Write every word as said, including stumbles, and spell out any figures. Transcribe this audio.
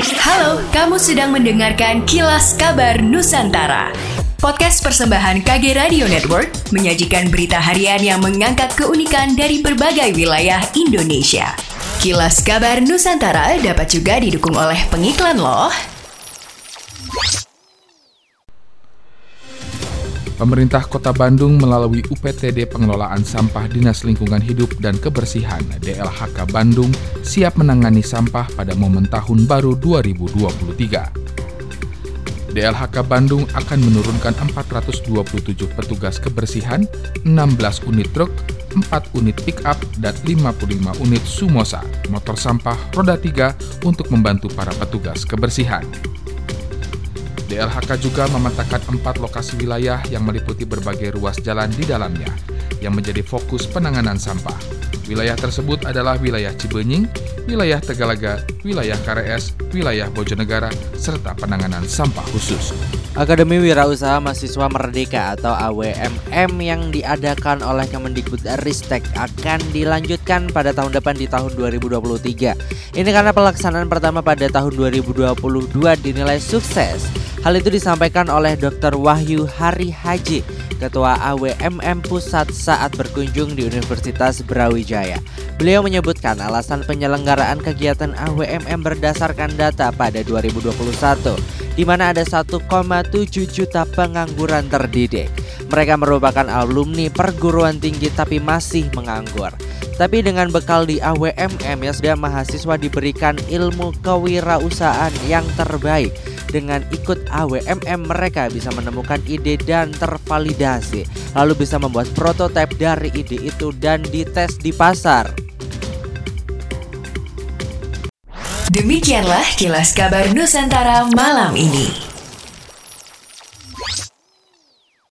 Halo, kamu sedang mendengarkan Kilas Kabar Nusantara. Podcast persembahan K G Radio Network menyajikan berita harian yang mengangkat keunikan dari berbagai wilayah Indonesia. Kilas Kabar Nusantara dapat juga didukung oleh pengiklan loh. Pemerintah Kota Bandung melalui U P T D Pengelolaan Sampah Dinas Lingkungan Hidup dan Kebersihan D L H K Bandung siap menangani sampah pada momen Tahun Baru dua ribu dua puluh tiga. D L H K Bandung akan menurunkan empat ratus dua puluh tujuh petugas kebersihan, enam belas unit truk, empat unit pick-up, dan lima puluh lima unit Sumosa, motor sampah roda tiga untuk membantu para petugas kebersihan. D L H K juga memetakan empat lokasi wilayah yang meliputi berbagai ruas jalan di dalamnya, yang menjadi fokus penanganan sampah. Wilayah tersebut adalah wilayah Cibenying, wilayah Tegalaga, wilayah K R S, wilayah Bojonegara, serta penanganan sampah khusus. Akademi Wirausaha Mahasiswa Merdeka atau A W M M yang diadakan oleh Kemendikbudristek akan dilanjutkan pada tahun depan di tahun dua ribu dua puluh tiga. Ini karena pelaksanaan pertama pada tahun dua ribu dua puluh dua dinilai sukses. Hal itu disampaikan oleh Doktor Wahyu Hari Haji, Ketua A W M M Pusat saat berkunjung di Universitas Brawijaya. Beliau menyebutkan alasan penyelenggaraan kegiatan A W M M berdasarkan data pada dua ribu dua puluh satu, di mana ada satu koma tujuh juta pengangguran terdidik. Mereka merupakan alumni perguruan tinggi tapi masih menganggur. Tapi dengan bekal di A W M M, ya sudah mahasiswa diberikan ilmu kewirausahaan yang terbaik. Dengan ikut A W M M mereka bisa menemukan ide dan tervalidasi, lalu bisa membuat prototipe dari ide itu dan dites di pasar. Demikianlah Kilas Kabar Nusantara malam ini.